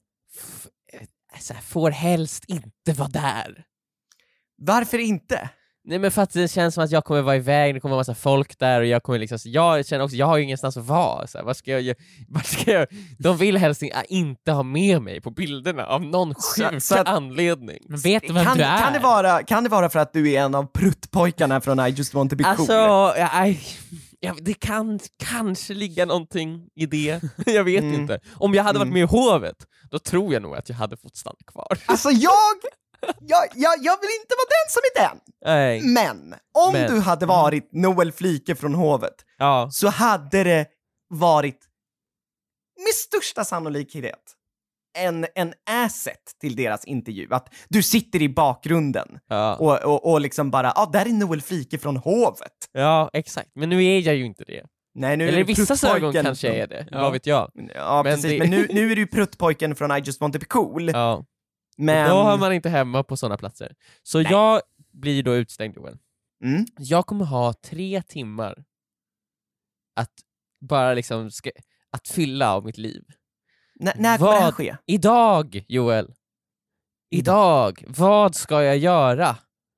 får helst inte vara där. Varför inte? Nej, men för att det känns som att jag kommer vara iväg, det kommer vara massa folk där och jag kommer liksom, jag känner också, jag har ju ingenstans att vara. Så här, vad ska jag de vill helst inte ha med mig på bilderna av någon sjuk så att- anledning. Men vet du vem Kan, du är? kan det vara för att du är en av pruttpojkarna från I just want to be Alltså, cool? Ja, det kan kanske ligga någonting i det. Jag vet inte. Om jag hade varit med i hovet, då tror jag nog att jag hade fått stanna kvar. Alltså jag vill inte vara den som är den. Nej. Men om du hade varit Noel Flike från hovet, så hade det varit med största sannolikhet en asset till deras intervju. Att du sitter i bakgrunden och liksom bara, där är Noel Flike från hovet. Ja, exakt. Men nu är jag ju inte det. Nej, nu eller är vissa ögon kanske är det. Vad vet jag. Ja, men precis. Men nu är du ju pruttpojken från I Just Want To Be Cool. Ja. Men då har man inte hemma på sådana platser. Så jag blir då utstängd, Joel. Jag kommer ha 3 timmar att bara liksom att fylla av mitt liv. När kommer det här ske? Idag, Joel. Idag. Vad ska jag göra?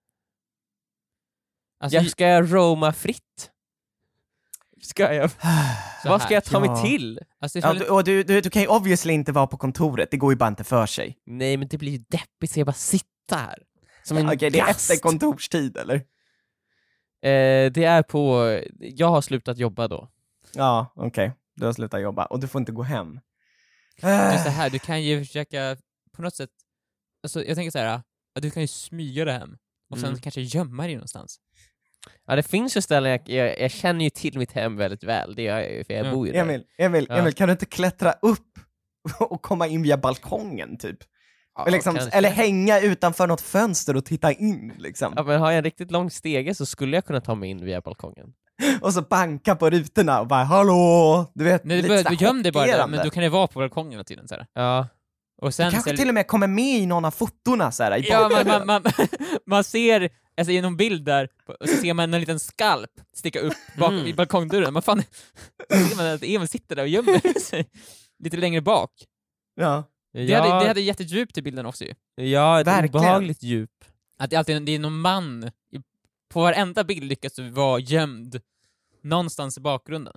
Alltså, ska jag roama fritt? Vad ska jag ta mig till? Alltså, och du kan ju obviously inte vara på kontoret. Det går ju bara inte för sig. Nej, men det blir ju deppigt så jag bara sitta här. Okej, det är efter kontorstid, eller? Det är på... Jag har slutat jobba då. Ja, okej. Du har slutat jobba. Och du får inte gå hem. Just det här, du kan ju försöka på något sätt... Alltså, jag tänker så här, att du kan ju smyga det hem. Och sen kanske gömma dig någonstans. Ja, det finns ju ställen, jag känner ju till mitt hem väldigt väl, det gör jag ju, för jag bor ju där. Emil, kan du inte klättra upp och komma in via balkongen, typ? Ja, eller hänga utanför något fönster och titta in, liksom. Ja, men har jag en riktigt lång stege så skulle jag kunna ta mig in via balkongen. Och så banka på rutorna och bara, hallå! Du vet, nej, du göm dig bara där, men du kan ju vara på balkongen hela tiden, så här. Ja. Och sen kanske till och med kommer med i någon av fotorna, så här, man ser... Alltså i någon bild där, och så ser man en liten skalp sticka upp bakom i balkongdörren. Man fan ser man att Emil sitter där och gömmer sig lite längre bak. Ja. Det hade jättedjup till bilden också ju. Ja, ett obehagligt djup. Att det alltid är någon man på varenda bild lyckas du vara gömd någonstans i bakgrunden.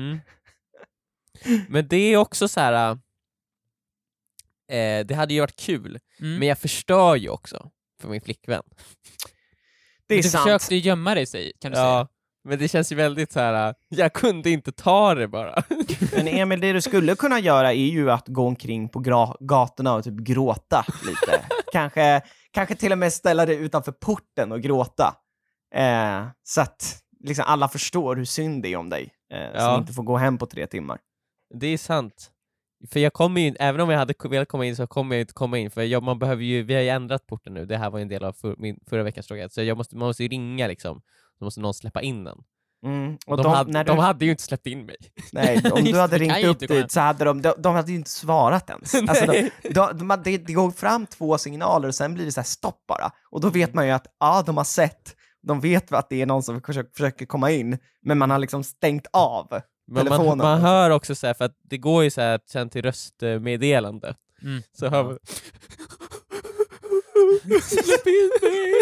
Men det är också så här. Det hade ju varit kul, men jag förstör ju också för min flickvän. Du försökte gömma dig, kan du säga. Men det känns ju väldigt så här. Jag kunde inte ta det bara. Men Emil, det du skulle kunna göra är ju att gå omkring på gatorna och typ gråta lite. kanske till och med ställa dig utanför porten och gråta. Så att liksom alla förstår hur synd det är om dig. Som inte får gå hem på 3 timmar. Det är sant. För jag kommer ju, även om jag hade velat komma in så kommer jag inte komma in. För man behöver ju, vi har ju ändrat porten nu. Det här var en del av min förra veckans fråga. Så man måste ju ringa liksom. Då måste någon släppa in den. Och de hade ju inte släppt in mig. Nej, om du hade ringt upp dit så hade de hade ju inte svarat ens. Alltså det går fram 2 signaler och sen blir det så här stopp bara. Och då vet man ju att de har sett. De vet att det är någon som försöker komma in. Men man har liksom stängt av telefonen. Man hör också så här, för att det går ju så här sen till röstmeddelande. Så hör man... Släpp in mig!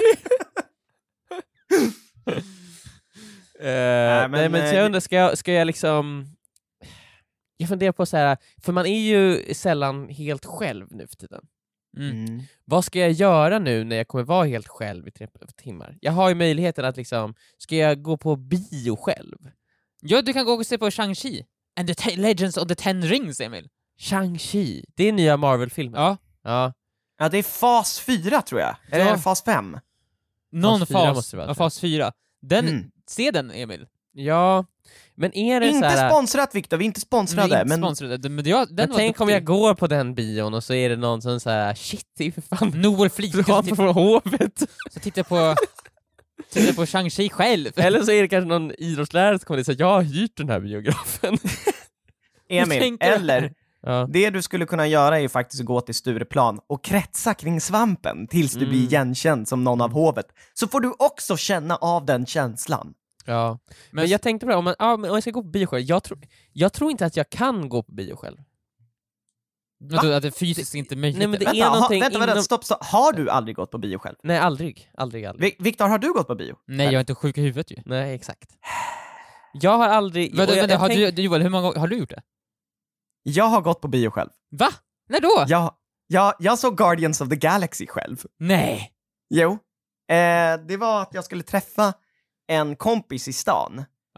Nej, men så jag undrar, ska jag liksom... Jag funderar på så här, för man är ju sällan helt själv nu för tiden. Vad ska jag göra nu när jag kommer vara helt själv i 3 timmar? Jag har ju möjligheten att liksom, ska jag gå på bio själv? Ja, du kan gå och se på Shang-Chi and the Legends of the Ten Rings, Emil. Shang-Chi, det är nya Marvel-filmen. Ja, det är fas 4 tror jag. Eller fas 5? Någon fas 4. Se den, Emil. Ja, men är det inte så här... sponsrat, Victor, vi är inte sponsrade. Men tänk om jag går på den bion och så är det någon som säger shit, det är för fan Noel Flike från hovet. Så tittar på Shang-Chi själv. Eller så är det kanske någon idrottslärare som kommer och säger jag har hyrt den här biografen. Emil, eller det du skulle kunna göra är faktiskt att gå till Stureplan och kretsa kring svampen tills du blir igenkänd som någon av hovet. Så får du också känna av den känslan. Ja, men jag tänkte på det, om jag ska gå på bio själv, jag tror inte att jag kan gå på bio själv. Att det fysiskt inte möjligt. Nej, men det är någonting vänta, stopp. Har du aldrig gått på bio själv? Nej, aldrig. Victor, har du gått på bio? Nej, jag är inte sjuk i huvudet ju. Nej, exakt. Jag har aldrig... Joel, hur många gånger har du gjort det? Jag har gått på bio själv. Va? När då? Jag såg Guardians of the Galaxy själv. Nej. Jo. Det var att jag skulle träffa en kompis i stan.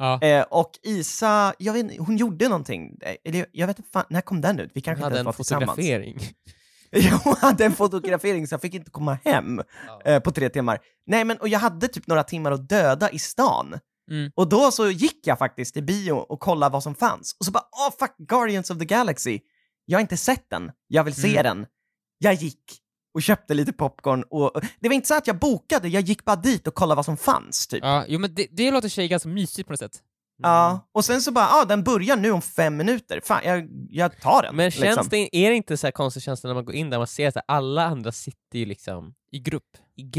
Ja. Och Isa, jag vet inte, hon gjorde någonting. Eller, jag vet inte, fan, när kom den ut? Vi kanske hon inte hade ens en var tillsammans. fotografering. Jag hade en fotografering så jag fick inte komma hem på 3 timmar. Nej, men och jag hade typ några timmar att döda i stan. Och då så gick jag faktiskt till bio och kollade vad som fanns. Och så bara, fuck, Guardians of the Galaxy. Jag har inte sett den. Jag vill se den. Jag gick och köpte lite popcorn. Och det var inte så att jag bokade, jag gick bara dit och kollade vad som fanns, typ. Ja, jo, men det låter sig ganska mysigt på något sätt. Ja, och sen så bara, den börjar nu om 5 minuter. Fan, jag tar den. Men liksom. är det inte så här konstig känsla när man går in där man ser att alla andra sitter ju liksom I grupp.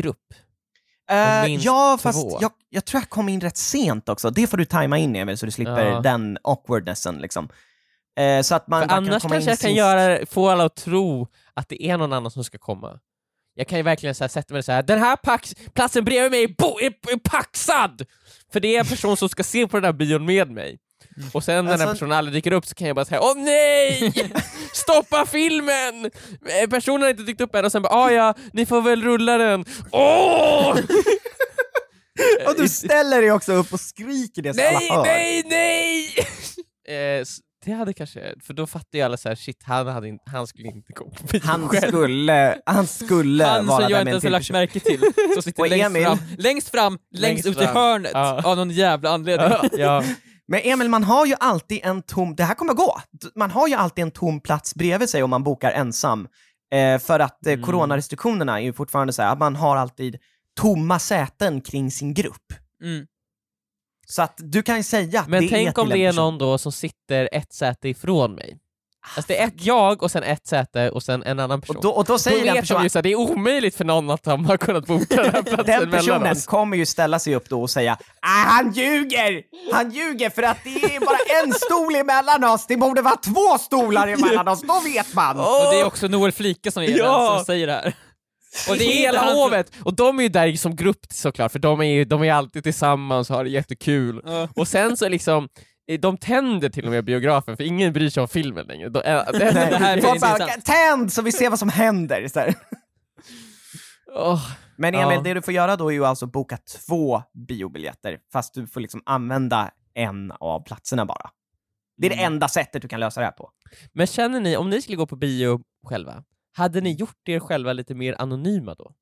minst Ja, fast 2. jag tror jag kom in rätt sent också. Det får du tajma in, Emil, så du slipper den awkwardnessen liksom. Så att man annars kan komma in kanske jag kan få alla att tro att det är någon annan som ska komma. Jag kan ju verkligen så här, sätta mig så här: den här platsen bredvid mig är paxad! För det är en person som ska se på den här bion med mig. Och sen när den här personen aldrig dyker upp så kan jag bara säga: åh nej! Stoppa filmen! Personen har inte dykt upp än och sen bara, ni får väl rulla den. Åh! Och du ställer dig också upp och skriker det så alla hör. Nej! Det hade kanske, för då fattar ju alla så här: shit, han skulle inte gå på bio Han själv. skulle Han vara som jag där med inte en ens till har person. lagt märke till. Så sitter Och längst ut i hörnet av någon jävla anledning. Ja. Men Emil, man har ju alltid en tom... Det här kommer gå. Man har ju alltid en tom plats bredvid sig om man bokar ensam. För att coronarestriktionerna är ju fortfarande så här att man har alltid tomma säten kring sin grupp. Så att du kan ju säga att men det är tänk om till en det är person. någon då som sitter ett säte ifrån mig. Alltså det är jag och sen ett säte och sen en annan person. Och då säger den vet personen... de ju så här, det är omöjligt för någon att de har kunnat boka den här platsen Den personen mellan oss. kommer ju ställa sig upp då och säga: han ljuger för att det är bara en stol emellan oss, det borde vara 2 stolar emellan oss, då vet man. Och det är också Noel Flika som är den som säger det här. Och det är hela hovet, och de är ju där som grupp såklart, för de är alltid tillsammans och har det jättekul. Och sen så liksom, de tänder till och med biografen, för ingen bryr sig om filmen längre. Det här är bara, tänd så vi ser vad som händer. Så här. Men Emil, det du får göra då är ju alltså boka 2 biobiljetter, fast du får liksom använda en av platserna bara. Det är det enda sättet du kan lösa det här på. Men känner ni, om ni skulle gå på bio själva, hade ni gjort er själva lite mer anonyma då?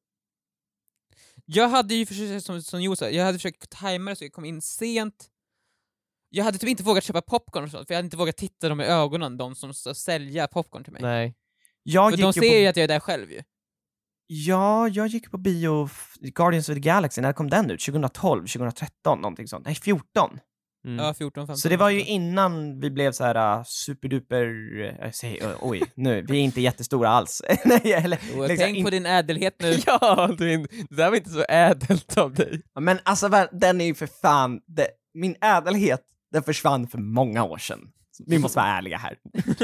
Jag hade ju försökt, som Joel sa, jag hade försökt tajma det så jag kom in sent. Jag hade typ inte vågat köpa popcorn och sånt, för jag hade inte vågat titta dem i ögonen, de som ska sälja popcorn till mig. Nej. För de ser ju att jag är där själv ju. Ja, jag gick på bio Guardians of the Galaxy, när kom den ut? 2012, 2013, någonting sånt. Nej, 14. Ja, 14-15. Så det var ju innan vi blev så här superduper... oj, nu, vi är inte jättestora alls. Nej, eller, tänk på din ädelhet nu. Ja, det där var inte så ädelt av dig. Men alltså, den är ju för fan... min ädelhet, den försvann för många år sedan. Vi måste vara ärliga här.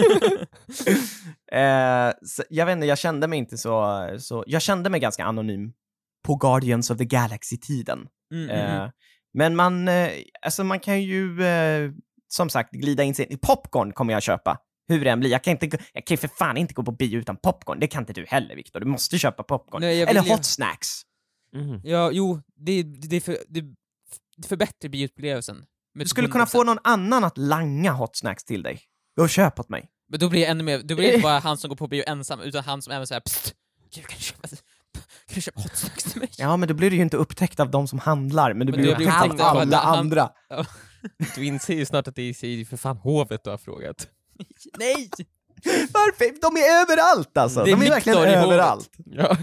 Så, jag vet inte, jag kände mig inte så... Jag kände mig ganska anonym på Guardians of the Galaxy-tiden. Men man kan ju som sagt glida in sig. Popcorn kommer jag köpa, hur det än blir. Jag kan ju för fan inte gå på bio utan popcorn. Det kan inte du heller, Victor. Du måste köpa popcorn. Nej, eller hot snacks. Ja, jo, det förbättrar bioupplevelsen. Du skulle kunna få någon annan att langa hot snacks till dig. Gå och köp åt mig. Men då blir det ännu mer, då blir det inte bara han som går på bio ensam, utan han som även säger psst, kan du köpa hot snacks till mig? Ja, men då blir du ju inte upptäckt av de som handlar, men du blir du upptäckt av alla andra. Du inser ju snart att det är för fan hovet du har frågat. Nej! Varför? De är överallt alltså. De är verkligen överallt. Ja.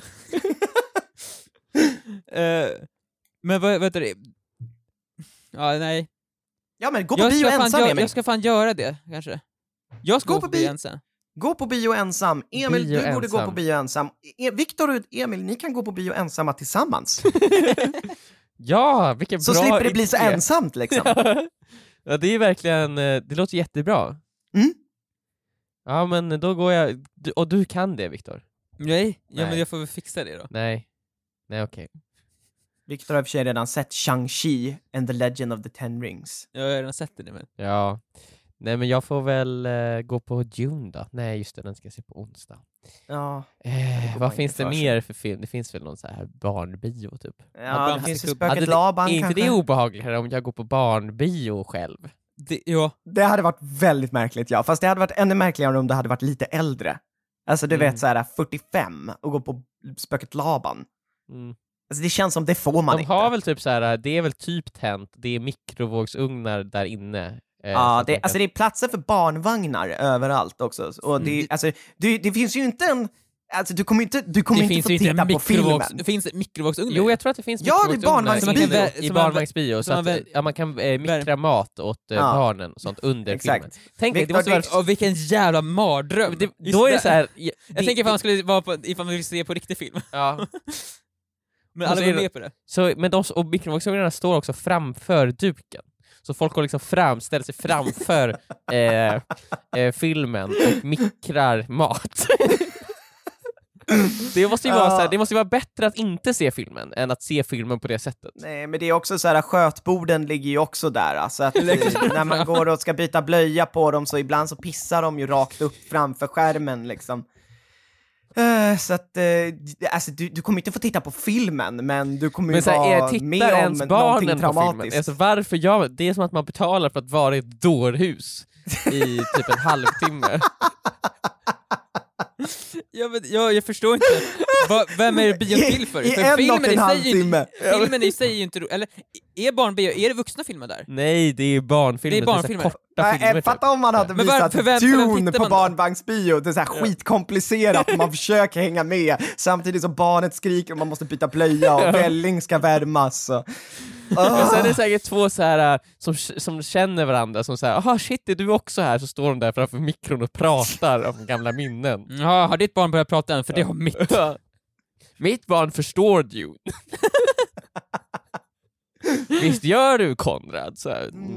Men vad heter det? Ja, nej. Ja, men gå på bio ensam, Emil. Jag ska fan göra det, kanske. Jag ska gå på bio ensam. Gå på bio ensam. Emil, bio du borde ensam. gå på bio ensam. Victor och Emil, ni kan gå på bio ensamma tillsammans. Ja, vilken bra så slipper det bli så idé. ensamt liksom. Ja, det är verkligen, det låter jättebra. Ja, men då går jag, och du kan det, Victor. Nej, men jag får väl fixa det då. Nej, okej. Victor har för sig redan sett Shang-Chi and the Legend of the Ten Rings. Jag har redan sett det nu, men. Ja, Nej, men jag får väl gå på Dune då. Nej, just det, den ska jag se på onsdag. Ja. Vad finns det mer för film? Det finns väl någon så här barnbio typ? Ja, det finns ju Spöket Laban kanske. Är inte kanske? det obehagligare om jag går på barnbio själv? Det hade varit väldigt märkligt, ja. Fast det hade varit ännu märkligare om det hade varit lite äldre. Alltså du vet så här 45 och gå på Spöket Laban. Alltså det känns som det får man inte. De har väl typ så här, det är väl typ tänt, det är mikrovågsugnar där inne. Ja, det är platser för barnvagnar överallt också. Och det finns ju inte en... Alltså du kommer inte få titta på filmen. Det finns mikrovågsugnar. Jo, jag tror att det finns mikrovågsugnar. I barnvagnsbio. Så att man kan mikra mat åt barnen och sånt under filmen. Tänk dig, det måste vara... vilken jävla mardröm. Då är det så här... Jag tänker ifall man skulle vara på, ifall man vill se på riktig film. Ja. Men alla går med på det. Men och mikrovågsugnarna står också framför duken. Så folk går liksom ställer sig framför filmen och mikrar mat. Det måste ju vara så här, det måste ju vara bättre att inte se filmen än att se filmen på det sättet. Nej, men det är också så här, skötborden ligger ju också där. Alltså att när man går och ska byta blöja på dem så ibland så pissar de ju rakt upp framför skärmen liksom. Så att alltså, du kommer inte få titta på filmen, men du kommer ju vara med om någonting traumatiskt. Alltså, varför det är som att man betalar för att vara i ett dårhus i typ en halvtimme. Jag förstår inte. Vem är bion till för? För filmen i sig är ju inte eller är barnbio, är det vuxna filmer där? Nej, det är barnfilmer. Det är barnfilmer. Korta filmer. Fatta om man hade visat Dune på barnvagnsbio. Det är så här skitkomplicerat. Man försöker hänga med samtidigt som barnet skriker och man måste byta blöja och välling ska värmas. Men sen är det säkert två så här som känner varandra som säger, aha shit, är du också här? Så står de där framför mikron och pratar om gamla minnen. Ja, har ditt barn börjat prata än? För det har mitt. Mitt barn förstår Dune. Visst gör du, Konrad? Så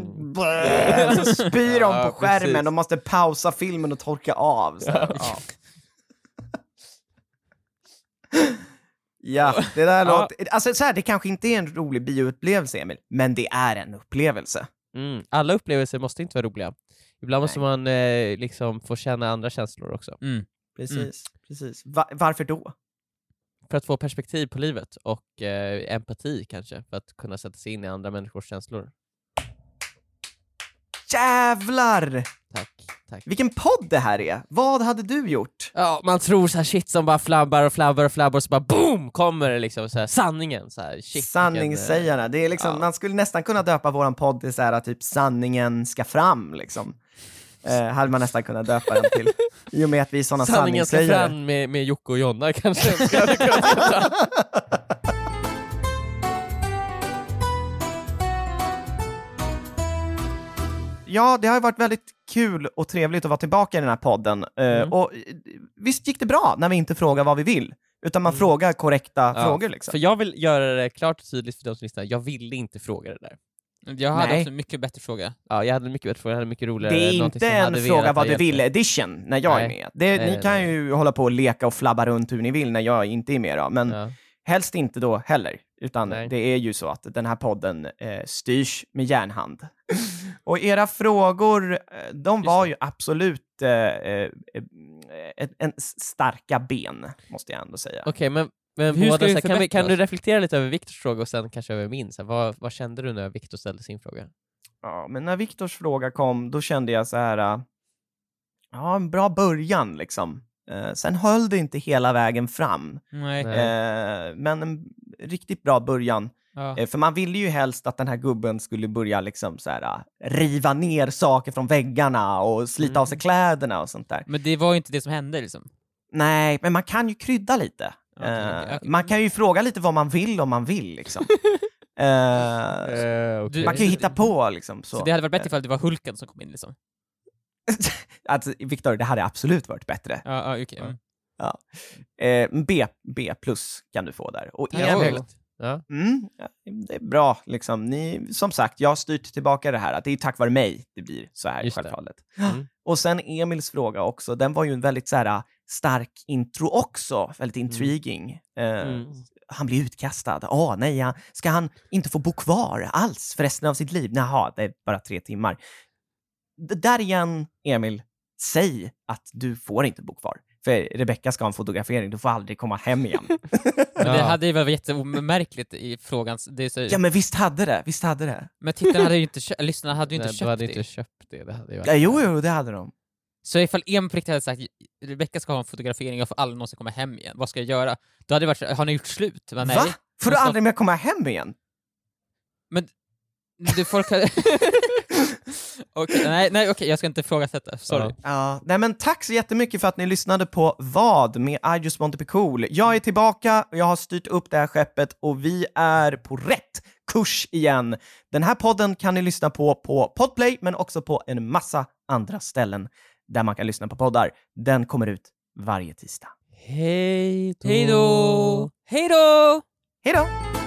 spyr de på skärmen. Precis. De måste pausa filmen och torka av. Så här. Ja, det där låter... Alltså så här, det kanske inte är en rolig bioupplevelse, Emil, men det är en upplevelse. Alla upplevelser måste inte vara roliga. Ibland måste man liksom få känna andra känslor också. Precis. Varför då? För att få perspektiv på livet och empati kanske, för att kunna sätta sig in i andra människors känslor. Jävlar! Tack. Vilken podd det här är. Vad hade du gjort? Ja, man tror så här shit som bara flabbar och så bara boom kommer det liksom så här sanningen så här shit. Sanningssägarna. Det är liksom man skulle nästan kunna döpa våran podd till så här typ sanningen ska fram liksom. Hade man nästan kunnat döpa den till. I och med att vi är såna sanningssägare. Sanningen ska fram med Jocke och Jonna kanske. Ja, det har varit väldigt kul och trevligt att vara tillbaka i den här podden. Och visst gick det bra när vi inte frågar vad vi vill, utan man frågar korrekta frågor liksom. För jag vill göra det klart och tydligt för de som lyssnar. Jag ville inte fråga det där. Jag hade också en mycket bättre fråga. Ja, jag hade en mycket bättre fråga. Jag hade mycket roligare. Det är inte en fråga vad du vill edition när jag är med. Ni kan ju hålla på och leka och flabba runt hur ni vill när jag inte är med då. Men helst inte då heller. Utan det är ju så att den här podden styrs med järnhand. Och era frågor, de var ju absolut en starka ben, måste jag ändå säga. Okej, men kan du reflektera lite över Viktors fråga och sen kanske över min? Vad kände du när Viktor ställde sin fråga? Ja, men när Viktors fråga kom, då kände jag så här, en bra början liksom. Sen höll det inte hela vägen fram. Nej. Men en riktigt bra början. Ja. För man ville ju helst att den här gubben skulle börja liksom så här, riva ner saker från väggarna och slita av sig kläderna och sånt där. Men det var ju inte det som hände liksom. Nej, men man kan ju krydda lite. Okay. Man kan ju fråga lite vad man vill om man vill liksom. Man kan ju hitta på liksom. Så det hade varit bättre ifall det var Hulken som kom in liksom. Alltså, Viktor, det hade absolut varit bättre. Okay. Ja. B plus kan du få där. Och det är bra liksom. Som sagt, jag har styrt tillbaka det här. Det är tack vare mig det blir så här självfallet. Och sen Emils fråga också. Den var ju en väldigt så här stark intro också. Väldigt intriguing. Han blir utkastad. Nej, ska han inte få bo kvar alls för resten av sitt liv? Jaha, det är bara 3 timmar. där igen, Emil, säg att du får inte bo kvar. För Rebecca ska ha en fotografering, du får aldrig komma hem igen. Men det hade ju varit jättemärkligt i frågan. Det är så... Ja, men visst hade det. Men tittarna hade ju inte lyssnarna hade ju inte Nej, köpt hade det. inte köpt det. Det hade ju Ja, jo, det hade de. Så ifall en på riktigt hade sagt Rebecca ska ha en fotografering, jag får aldrig någonsin komma hem igen. Vad ska jag göra? Då hade det varit, har ni gjort slut? Men nej. Va? Får du aldrig mer komma hem igen? Men det folk hade... Okej, jag ska inte ifrågasätta. Sorry. Ja, nej, men tack så jättemycket för att ni lyssnade på Vad med I just want to be cool. Jag är tillbaka och jag har styrt upp det här skeppet och vi är på rätt kurs igen. Den här podden kan ni lyssna på Podplay, men också på en massa andra ställen där man kan lyssna på poddar. Den kommer ut varje tisdag. Hej då! Hej då! Hej då! Hej då!